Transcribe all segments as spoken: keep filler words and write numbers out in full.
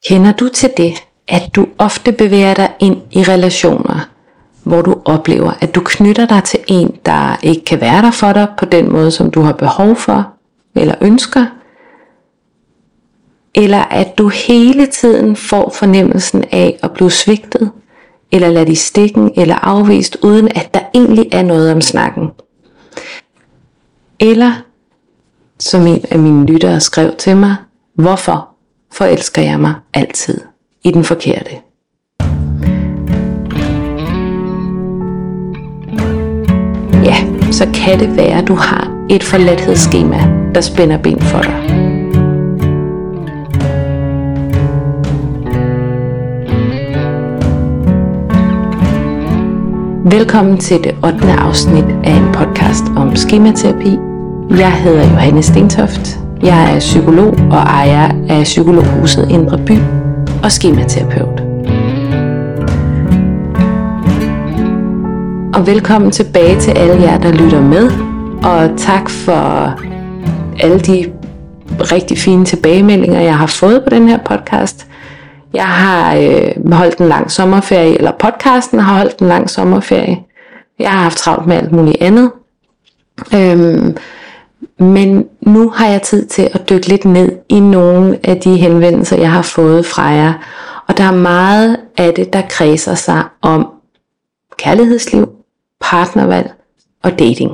Kender du til det, at du ofte bevæger dig ind i relationer, hvor du oplever, at du knytter dig til en, der ikke kan være der for dig på den måde, som du har behov for eller ønsker? Eller at du hele tiden får fornemmelsen af at blive svigtet, eller ladt i stikken, eller afvist, uden at der egentlig er noget om snakken? Eller, som en af mine lyttere skrev til mig, hvorfor forelsker jeg mig altid i den forkerte? Ja, så kan det være, at du har et forladthedsskema, der spænder ben for dig. Velkommen til det ottende afsnit af en podcast om skematerapi. Jeg hedder Johanne Stentoft. Jeg er psykolog og ejer af Psykologhuset Indre By og skematerapeut. Og velkommen tilbage til alle jer, der lytter med. Og tak for alle de rigtig fine tilbagemeldinger, jeg har fået på den her podcast. Jeg har øh, holdt en lang sommerferie, eller podcasten har holdt en lang sommerferie. Jeg har haft travlt med alt muligt andet. Øhm, men nu har jeg tid til at dykke lidt ned i nogle af de henvendelser, jeg har fået fra jer. Og der er meget af det, der kredser sig om kærlighedsliv, partnervalg og dating.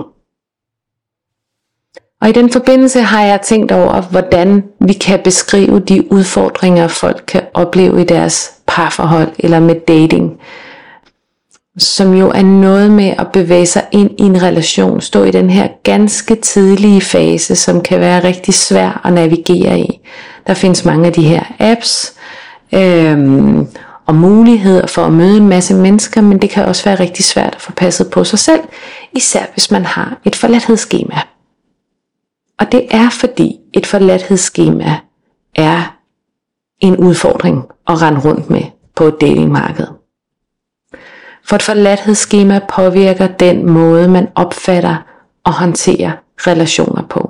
Og i den forbindelse har jeg tænkt over, hvordan vi kan beskrive de udfordringer, folk kan opleve i deres parforhold eller med dating. Som jo er noget med at bevæge sig ind i en relation, stå i den her ganske tidlige fase, som kan være rigtig svær at navigere i. Der findes mange af de her apps øhm, og muligheder for at møde en masse mennesker, men det kan også være rigtig svært at få passet på sig selv, især hvis man har et forladthedsskema. Og det er fordi et forladthedsskema er en udfordring at rende rundt med på et datingmarked. For et forladthedsskema påvirker den måde, man opfatter og håndterer relationer på.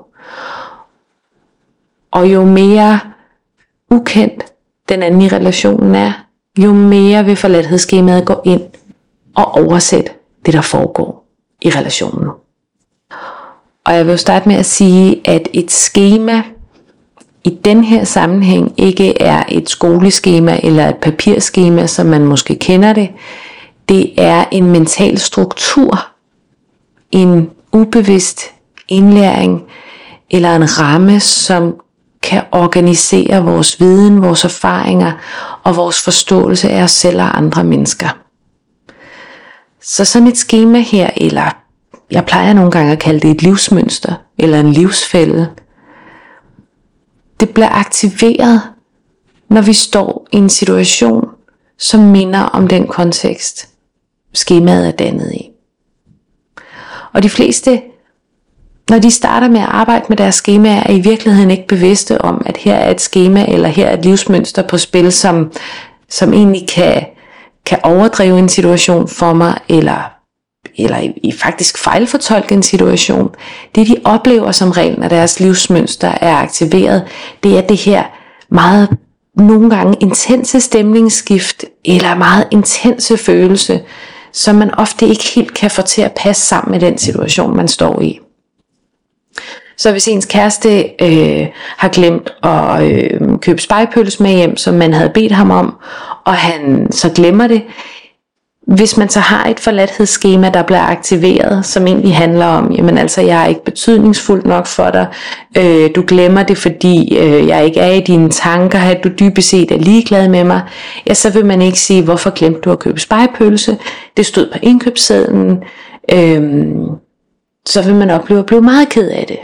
Og jo mere ukendt den anden i relationen er, jo mere vil forladthedsskemaet gå ind og oversætte det, der foregår i relationen. Og jeg vil jo starte med at sige, at et skema i den her sammenhæng ikke er et skoleskema eller et papirskema, som man måske kender det. Det er en mental struktur, en ubevidst indlæring eller en ramme, som kan organisere vores viden, vores erfaringer og vores forståelse af os selv og andre mennesker. Så sådan et skema her, eller jeg plejer nogle gange at kalde det et livsmønster eller en livsfælde, det bliver aktiveret, når vi står i en situation, som minder om den kontekst, skemaet er dannet i. Og de fleste, når de starter med at arbejde med deres skemaer, er i virkeligheden ikke bevidste om, at her er et skema, eller her er et livsmønster på spil, som, som egentlig kan, kan overdrive en situation for mig, eller eller i, i faktisk fejlfortolke en situation. Det de oplever som regel, når deres livsmønster er aktiveret, det er det her meget, nogle gange intense stemningsskift, eller meget intense følelse, som man ofte ikke helt kan få til at passe sammen med den situation, man står i. Så hvis ens kæreste øh, har glemt at øh, købe spegepølse med hjem, som man havde bedt ham om, og han så glemmer det, hvis man så har et forladthedsskema, der bliver aktiveret, som egentlig handler om, jamen altså, jeg er ikke betydningsfuld nok for dig, øh, du glemmer det, fordi øh, jeg ikke er i dine tanker, at du dybest set er ligeglad med mig, ja, så vil man ikke sige, hvorfor glemte du at købe spegepølse, det stod på indkøbssedlen, øh, så vil man opleve at blive meget ked af det,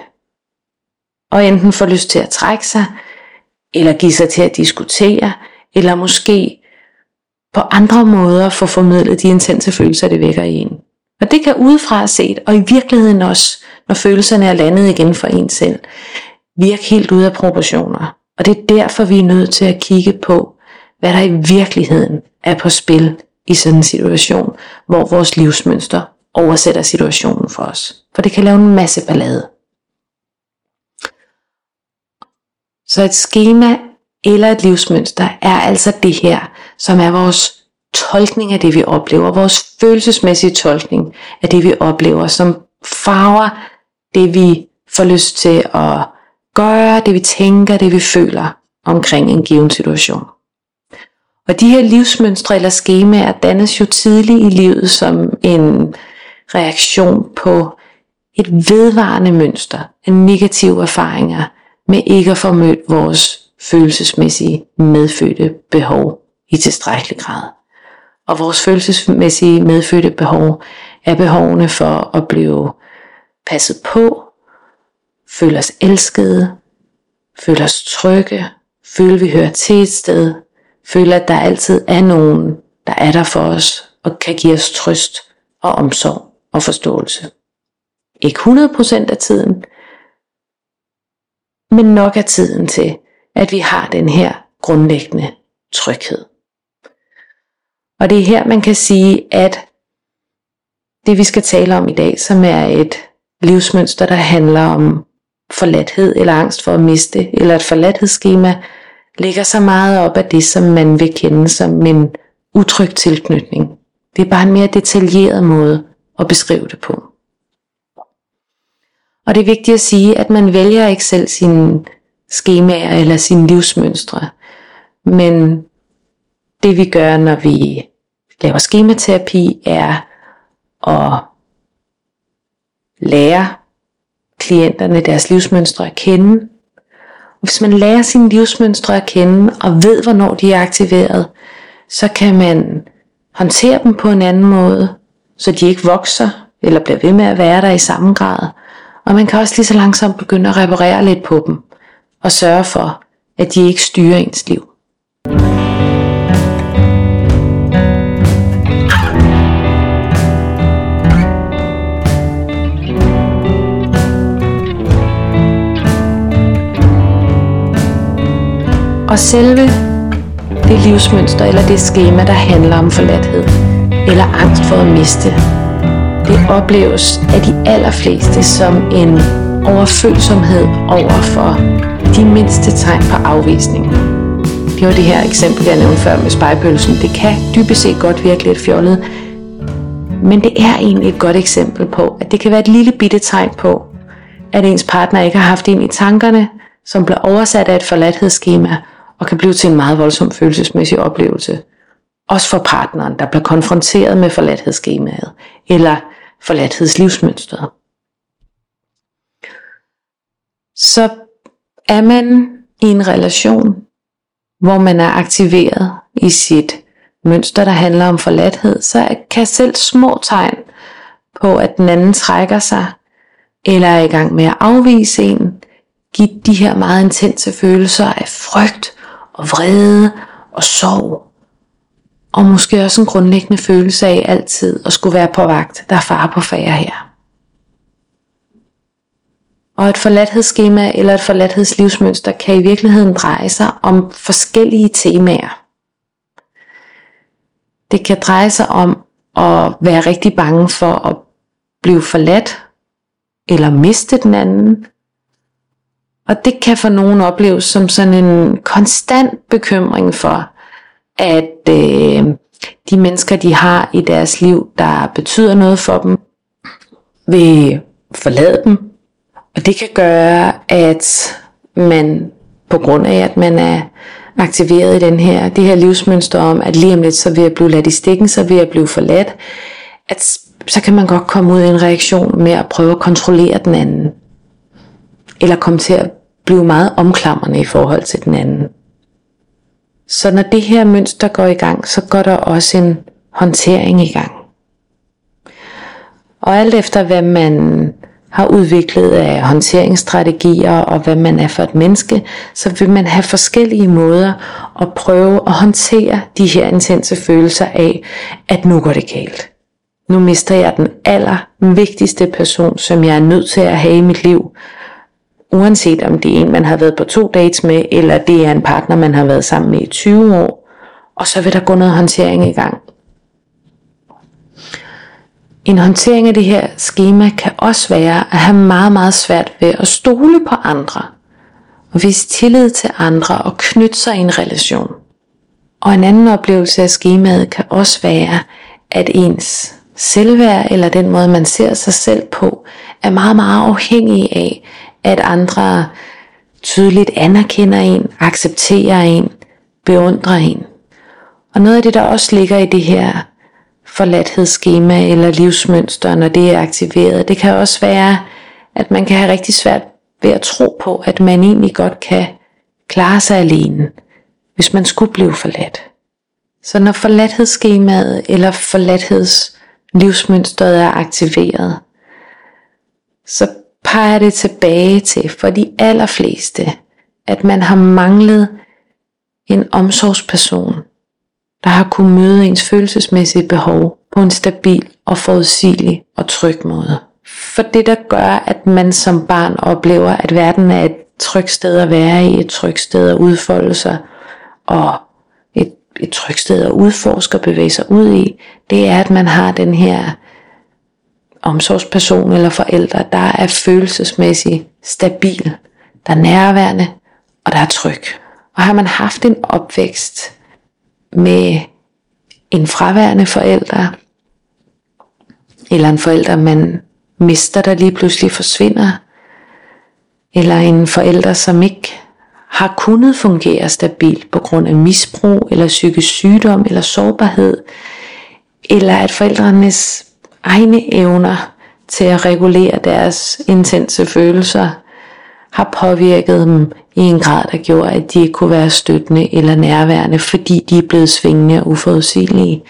og enten få lyst til at trække sig, eller give sig til at diskutere, eller måske på andre måder få formidlet de intense følelser, det vækker i en. Og det kan udefra set, og i virkeligheden også, når følelserne er landet igen for en selv, virke helt ude af proportioner. Og det er derfor, vi er nødt til at kigge på, hvad der i virkeligheden er på spil i sådan en situation, hvor vores livsmønster oversætter situationen for os. For det kan lave en masse ballade. Så et skema eller et livsmønster er altså det her, som er vores tolkning af det, vi oplever, vores følelsesmæssige tolkning af det, vi oplever, som farver det, vi får lyst til at gøre, det vi tænker, det vi føler omkring en given situation. Og de her livsmønstre eller skemaer dannes jo tidligt i livet som en reaktion på et vedvarende mønster af negative erfaringer med ikke at få mødt vores følelsesmæssige medfødte behov i tilstrækkelig grad. Og vores følelsesmæssige medfødte behov er behovene for at blive passet på, føle os elskede, føle os trygge, føle vi hører til et sted, føle at der altid er nogen, der er der for os og kan give os trøst og omsorg og forståelse. Ikke hundrede procent af tiden, men nok af tiden til, at vi har den her grundlæggende tryghed. Og det er her, man kan sige, at det vi skal tale om i dag, som er et livsmønster, der handler om forladthed eller angst for at miste, eller et forladthedsskema, ligger så meget op af det, som man vil kende som en utryg tilknytning. Det er bare en mere detaljeret måde at beskrive det på. Og det er vigtigt at sige, at man vælger ikke selv sine skemaer eller sine livsmønstre, men det vi gør, når vi laver skematerapi, er at lære klienterne deres livsmønstre at kende. Og hvis man lærer sine livsmønstre at kende og ved, hvornår de er aktiveret, så kan man håndtere dem på en anden måde, så de ikke vokser eller bliver ved med at være der i samme grad. Og man kan også lige så langsomt begynde at reparere lidt på dem og sørge for, at de ikke styrer ens liv. Og selve det livsmønster eller det skema, der handler om forladthed eller angst for at miste, det opleves af de allerfleste som en overfølsomhed over for de mindste tegn på afvisning. Det var det her eksempel, jeg nævnte før med spegepølsen. Det kan dybest set godt virke lidt fjollet, men det er egentlig et godt eksempel på, at det kan være et lille bitte tegn på, at ens partner ikke har haft en i tankerne, som bliver oversat af et forladthedsskema, og kan blive til en meget voldsom følelsesmæssig oplevelse. Også for partneren, der bliver konfronteret med forladthedsskemaet, eller forladthedslivsmønstret. Så er man i en relation, hvor man er aktiveret i sit mønster, der handler om forladthed, så kan selv små tegn på, at den anden trækker sig, eller er i gang med at afvise en, give de her meget intense følelser af frygt og vrede og sorg. Og måske også en grundlæggende følelse af altid at skulle være på vagt. Der er fare på færde her. Og et forladthedsskema eller et forladthedslivsmønster kan i virkeligheden dreje sig om forskellige temaer. Det kan dreje sig om at være rigtig bange for at blive forladt eller miste den anden. Og det kan for nogen opleves som sådan en konstant bekymring for, at øh, de mennesker, de har i deres liv, der betyder noget for dem, vil forlade dem. Og det kan gøre, at man på grund af, at man er aktiveret i den her, det her livsmønster om, at lige om lidt, så vil jeg blive ladt i stikken, så vil jeg blive forladt, at så kan man godt komme ud i en reaktion med at prøve at kontrollere den anden. Eller komme til at blive meget omklamrende i forhold til den anden. Så når det her mønster går i gang, så går der også en håndtering i gang. Og alt efter hvad man har udviklet af håndteringsstrategier og hvad man er for et menneske, så vil man have forskellige måder at prøve at håndtere de her intense følelser af, at nu går det galt. Nu mister jeg den allervigtigste person, som jeg er nødt til at have i mit liv. Uanset om det er en, man har været på to dates med, eller det er en partner, man har været sammen med i tyve år. Og så vil der gå noget håndtering i gang. En håndtering af det her skema kan også være at have meget, meget svært ved at stole på andre. og vise tillid til andre og knytte sig i en relation. Og en anden oplevelse af skemaet kan også være, at ens selvværd eller den måde man ser sig selv på, er meget meget afhængig af, at andre tydeligt anerkender en, accepterer en, beundrer en. Og noget af det der også ligger i det her forladthedsskema eller livsmønster, når det er aktiveret, det kan også være, at man kan have rigtig svært ved at tro på, at man egentlig godt kan klare sig alene, hvis man skulle blive forladt. Så når forladthedsskemaet eller forladthedslivsmønstret er aktiveret, så peger det tilbage til for de allerfleste, at man har manglet en omsorgsperson, der har kunnet møde ens følelsesmæssige behov på en stabil og forudsigelig og tryg måde. For det der gør, at man som barn oplever, at verden er et trygt sted at være i, et trygt sted at udfolde sig, og et, et trygt sted at udforske og bevæge sig ud i, det er, at man har den her omsorgsperson eller forælder, der er følelsesmæssigt stabil, der er nærværende, og der er tryg. Og har man haft en opvækst med en fraværende forælder, eller en forælder, man mister, der lige pludselig forsvinder, eller en forælder, som ikke har kunnet fungere stabilt på grund af misbrug, eller psykisk sygdom, eller sårbarhed, eller at forældrenes egne evner til at regulere deres intense følelser har påvirket dem i en grad, der gjorde, at de ikke kunne være støttende eller nærværende, fordi de er blevet svingende og uforudsigelige.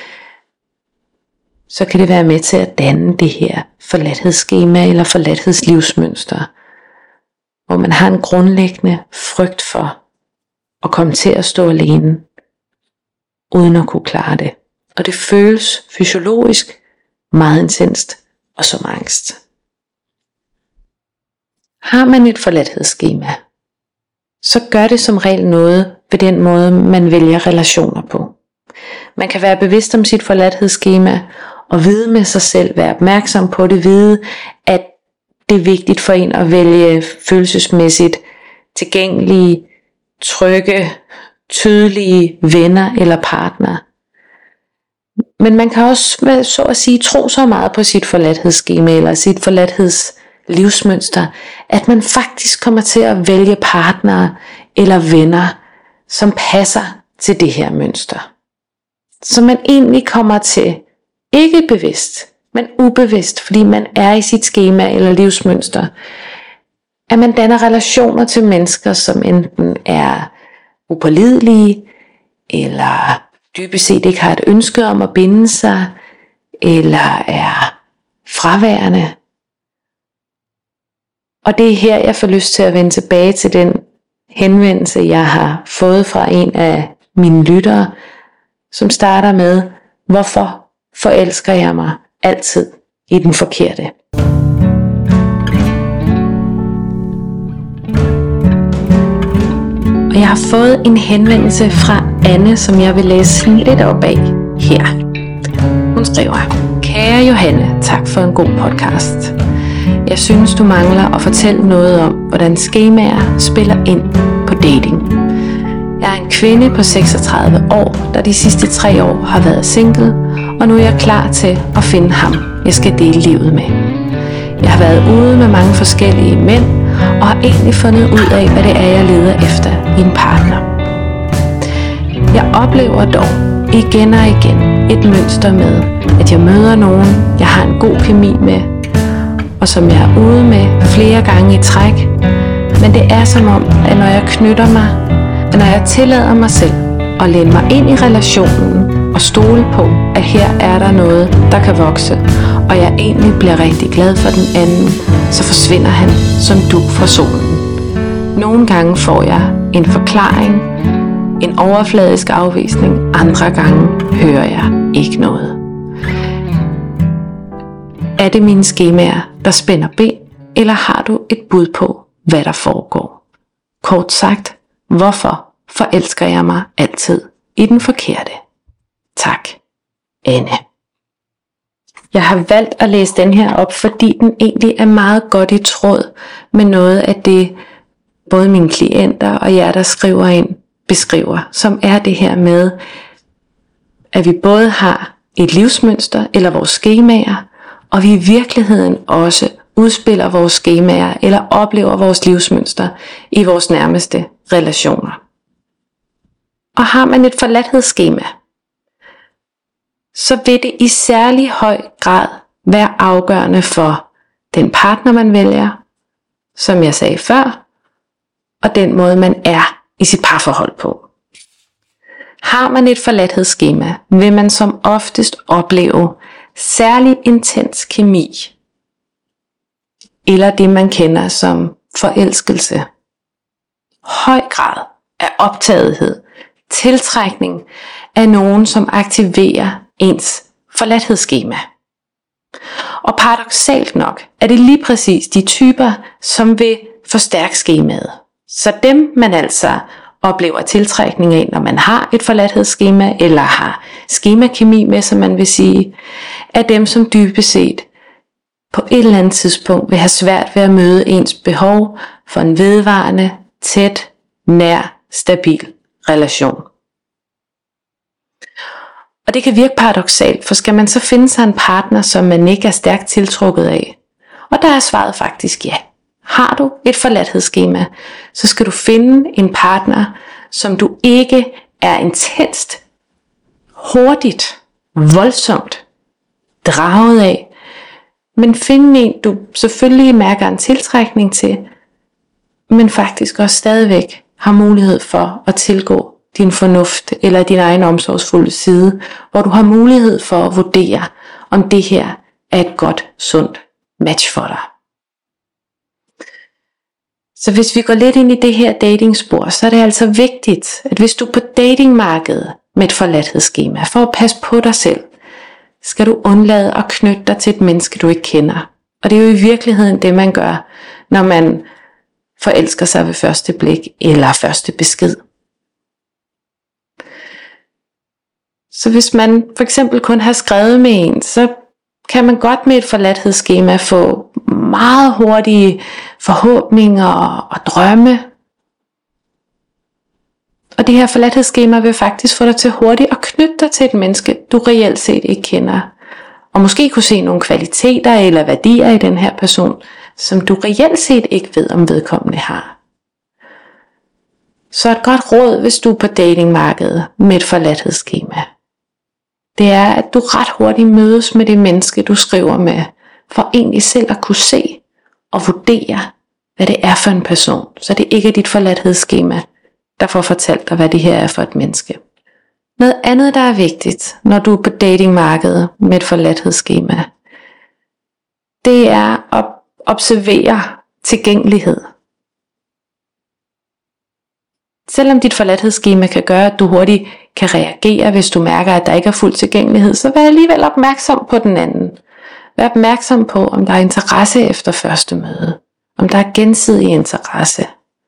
Så kan det være med til at danne det her forladthedsskema eller forladthedslivsmønster, hvor man har en grundlæggende frygt for at komme til at stå alene, uden at kunne klare det. Og det føles fysiologisk meget intenst og som angst. Har man et forladthedsskema, så gør det som regel noget ved den måde, man vælger relationer på. Man kan være bevidst om sit forladthedsskema og vide med sig selv, være opmærksom på det, vide, at det er vigtigt for en at vælge følelsesmæssigt tilgængelige, trygge, tydelige venner eller partnere. Men man kan også, så at sige, tro så meget på sit forladthedsskema eller sit forladthedslivsmønster, at man faktisk kommer til at vælge partnere eller venner, som passer til det her mønster. Så man egentlig kommer til, ikke bevidst, men ubevidst, fordi man er i sit skema eller livsmønster, at man danner relationer til mennesker, som enten er upålidelige, eller dybest set ikke har et ønske om at binde sig, eller er fraværende. Og det er her, jeg får lyst til at vende tilbage til den henvendelse, jeg har fået fra en af mine lyttere, som starter med, hvorfor forelsker jeg mig altid i den forkerte? Og jeg har fået en henvendelse fra Anne, som jeg vil læse lidt op af her. Hun skriver: Kære Johanne, tak for en god podcast. Jeg synes, du mangler at fortælle noget om, hvordan skemaer spiller ind på dating. Jeg er en kvinde på seksogtredive år, der de sidste tre år har været single, og nu er jeg klar til at finde ham, jeg skal dele livet med. Jeg har været ude med mange forskellige mænd, og har egentlig fundet ud af, hvad det er, jeg leder efter i en partner. Jeg oplever dog igen og igen et mønster med, at jeg møder nogen, jeg har en god kemi med, og som jeg er ude med flere gange i træk, men det er som om, at når jeg knytter mig, at når jeg tillader mig selv at læne mig ind i relationen og stole på, at her er der noget, der kan vokse, og jeg egentlig bliver rigtig glad for den anden, så forsvinder han som dug fra solen. Nogle gange får jeg en forklaring, en overfladisk afvisning, andre gange hører jeg ikke noget. Er det mine skemaer, der spænder ben, eller har du et bud på, hvad der foregår? Kort sagt, hvorfor forelsker jeg mig altid i den forkerte? Tak, Anne. Jeg har valgt at læse den her op, fordi den egentlig er meget godt i tråd med noget af det, både mine klienter og jer, der skriver ind, beskriver, som er det her med, at vi både har et livsmønster eller vores skemaer, og vi i virkeligheden også udspiller vores skemaer eller oplever vores livsmønster i vores nærmeste relationer. Og har man et forladthedsskema, så vil det i særlig høj grad være afgørende for den partner, man vælger, som jeg sagde før, og den måde, man er i sit parforhold på. Har man et forladthedsskema, vil man som oftest opleve særlig intens kemi, eller det man kender som forelskelse. Høj grad af optagethed, tiltrækning af nogen, som aktiverer ens forladthedsskema. Og paradoksalt nok er det lige præcis de typer, som vil forstærke skemaet. Så dem man altså oplever tiltrækning af, når man har et forladthedsskema, eller har skemakemi med, som man vil sige, er dem, som dybest set på et eller andet tidspunkt vil have svært ved at møde ens behov for en vedvarende, tæt, nær, stabil relation. Og det kan virke paradoksalt, for skal man så finde sig en partner, som man ikke er stærkt tiltrukket af? Og der er svaret faktisk ja. Har du et forladthedsskema, så skal du finde en partner, som du ikke er intenst, hurtigt, voldsomt draget af, men finde en, du selvfølgelig mærker en tiltrækning til, men faktisk også stadigvæk har mulighed for at tilgå din fornuft eller din egen omsorgsfulde side, hvor du har mulighed for at vurdere, om det her er et godt, sundt match for dig. Så hvis vi går lidt ind i det her datingspor, så er det altså vigtigt, at hvis du er på datingmarkedet med et forladthedsskema, for at passe på dig selv, skal du undlade at knytte dig til et menneske, du ikke kender. Og det er jo i virkeligheden det, man gør, når man forelsker sig ved første blik eller første besked. Så hvis man for eksempel kun har skrevet med en, så kan man godt med et forladthedsskema få meget hurtige forhåbninger og drømme. Og det her forladthedsskema vil faktisk få dig til hurtigt at knytte dig til et menneske, du reelt set ikke kender. Og måske kunne se nogle kvaliteter eller værdier i den her person, som du reelt set ikke ved, om vedkommende har. Så et godt råd, hvis du er på datingmarkedet med et forladthedsskema, det er, at du ret hurtigt mødes med det menneske, du skriver med, for egentlig selv at kunne se og vurdere, hvad det er for en person, så det ikke er dit forladthedsskema, der får fortalt dig, hvad det her er for et menneske. Noget andet, der er vigtigt, når du er på datingmarkedet med et forladthedsskema, det er at observere tilgængelighed. Selvom dit forladthedsskema kan gøre, at du hurtigt kan reagere, hvis du mærker, at der ikke er fuld tilgængelighed, så vær alligevel opmærksom på den anden. Vær opmærksom på, om der er interesse efter første møde. Om der er gensidig interesse.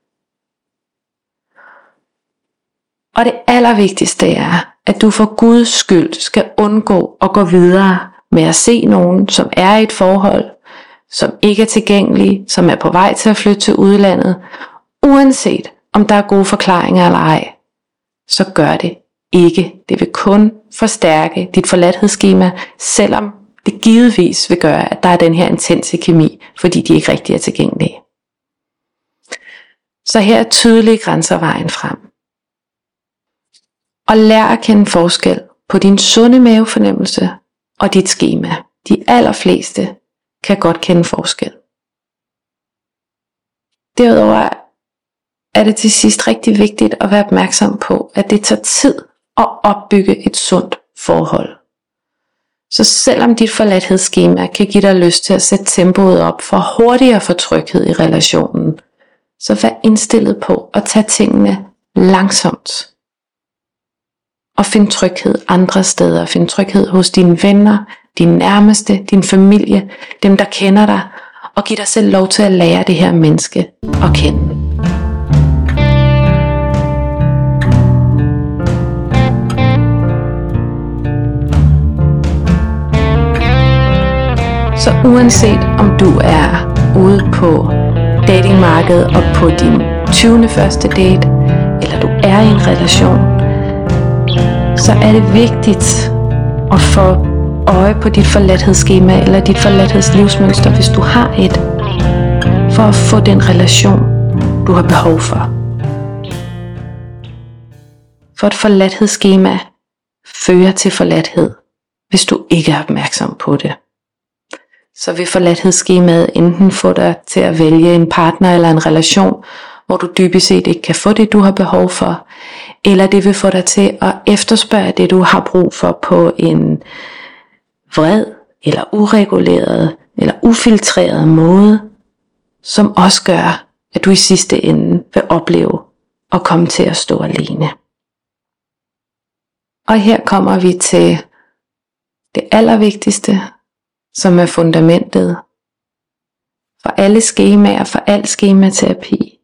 Og det allervigtigste er, at du for Guds skyld skal undgå at gå videre med at se nogen, som er i et forhold, som ikke er tilgængelige, som er på vej til at flytte til udlandet, uanset om der er gode forklaringer eller ej, så gør det ikke. Det vil kun forstærke dit forladthedsskema, selvom det givetvis vil gøre, at der er den her intense kemi, fordi de ikke rigtig er tilgængelige. Så her er tydelige grænser vejen frem. Og lær at kende forskel på din sunde mavefornemmelse og dit skema. De allerfleste kan godt kende forskel. Derudover er det til sidst rigtig vigtigt at være opmærksom på, at det tager tid at opbygge et sundt forhold. Så selvom dit forladthedsskema kan give dig lyst til at sætte tempoet op for hurtigere for tryghed i relationen, så vær indstillet på at tage tingene langsomt. Og find tryghed andre steder. Find tryghed hos dine venner, dine nærmeste, din familie, dem der kender dig, og giv dig selv lov til at lære det her menneske at kende. Så uanset om du er ude på datingmarkedet og på din tyvende første date, eller du er i en relation, så er det vigtigt at få øje på dit forladthedsskema eller dit forladthedslivsmønster, hvis du har et, for at få den relation, du har behov for. For et forladthedsskema fører til forladthed, hvis du ikke er opmærksom på det. Så vil forladthedsskemaet enten få dig til at vælge en partner eller en relation, hvor du dybest set ikke kan få det, du har behov for, eller det vil få dig til at efterspørge det, du har brug for på en vred, eller ureguleret, eller ufiltreret måde, som også gør, at du i sidste ende vil opleve at komme til at stå alene. Og her kommer vi til det allervigtigste, som er fundamentet for alle skemaer, for al skematerapi.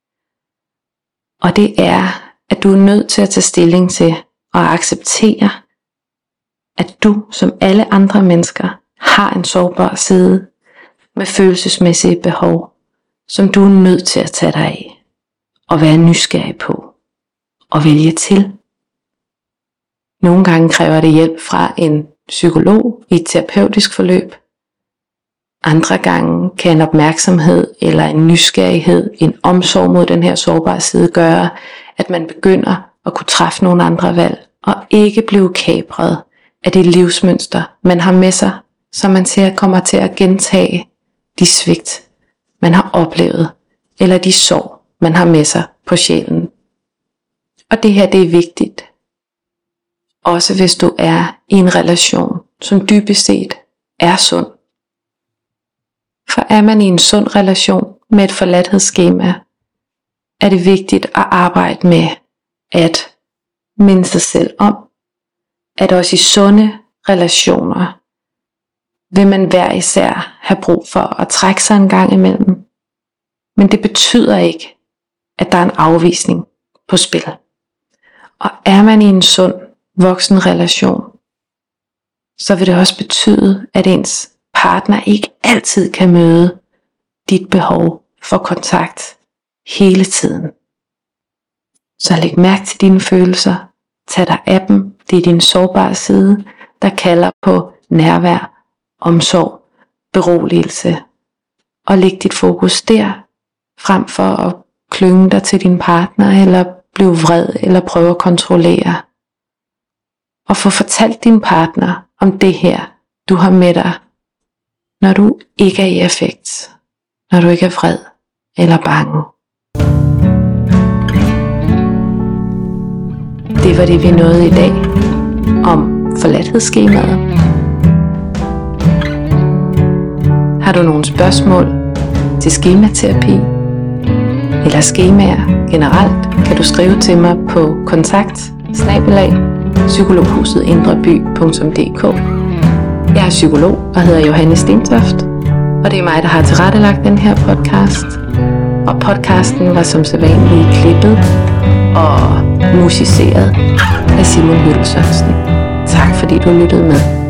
Og det er, at du er nødt til at tage stilling til og acceptere, at du som alle andre mennesker har en sårbar side med følelsesmæssige behov, som du er nødt til at tage dig af og være nysgerrig på og vælge til. Nogle gange kræver det hjælp fra en psykolog i et terapeutisk forløb. Andre gange kan en opmærksomhed eller en nysgerrighed, en omsorg mod den her sårbare side gøre, at man begynder at kunne træffe nogle andre valg og ikke blive kapret af det livsmønster, man har med sig, så man ser kommer til at gentage de svigt, man har oplevet, eller de sorg, man har med sig på sjælen. Og det her, det er vigtigt. Også hvis du er i en relation, som dybest set er sund. For er man i en sund relation med et forladthedsskema, er det vigtigt at arbejde med at minde sig selv om, at også i sunde relationer vil man hver især have brug for at trække sig en gang imellem. Men det betyder ikke, at der er en afvisning på spil. Og er man i en sund voksen relation, så vil det også betyde, at ens partner ikke altid kan møde dit behov for kontakt hele tiden. Så læg mærke til dine følelser, tag dig af dem, det er din sårbare side, der kalder på nærvær, omsorg, beroligelse, og læg dit fokus der, frem for at klynge dig til din partner, eller blive vred, eller prøve at kontrollere. Og få fortalt din partner om det her, du har med dig, når du ikke er i affekt, når du ikke er vred eller bange. Det var det, vi nåede i dag om forladthedsskemaet. Har du nogle spørgsmål til skematerapi eller skemaer generelt, kan du skrive til mig på kontakt bindestreg psykologhuset indreby punktum d k. Jeg er psykolog og hedder Johanne Stentoft, og det er mig, der har tilrettelagt den her podcast. Og podcasten var som sædvanligt klippet og musiceret af Simon Høgh Sørensen. Tak fordi du lyttede med.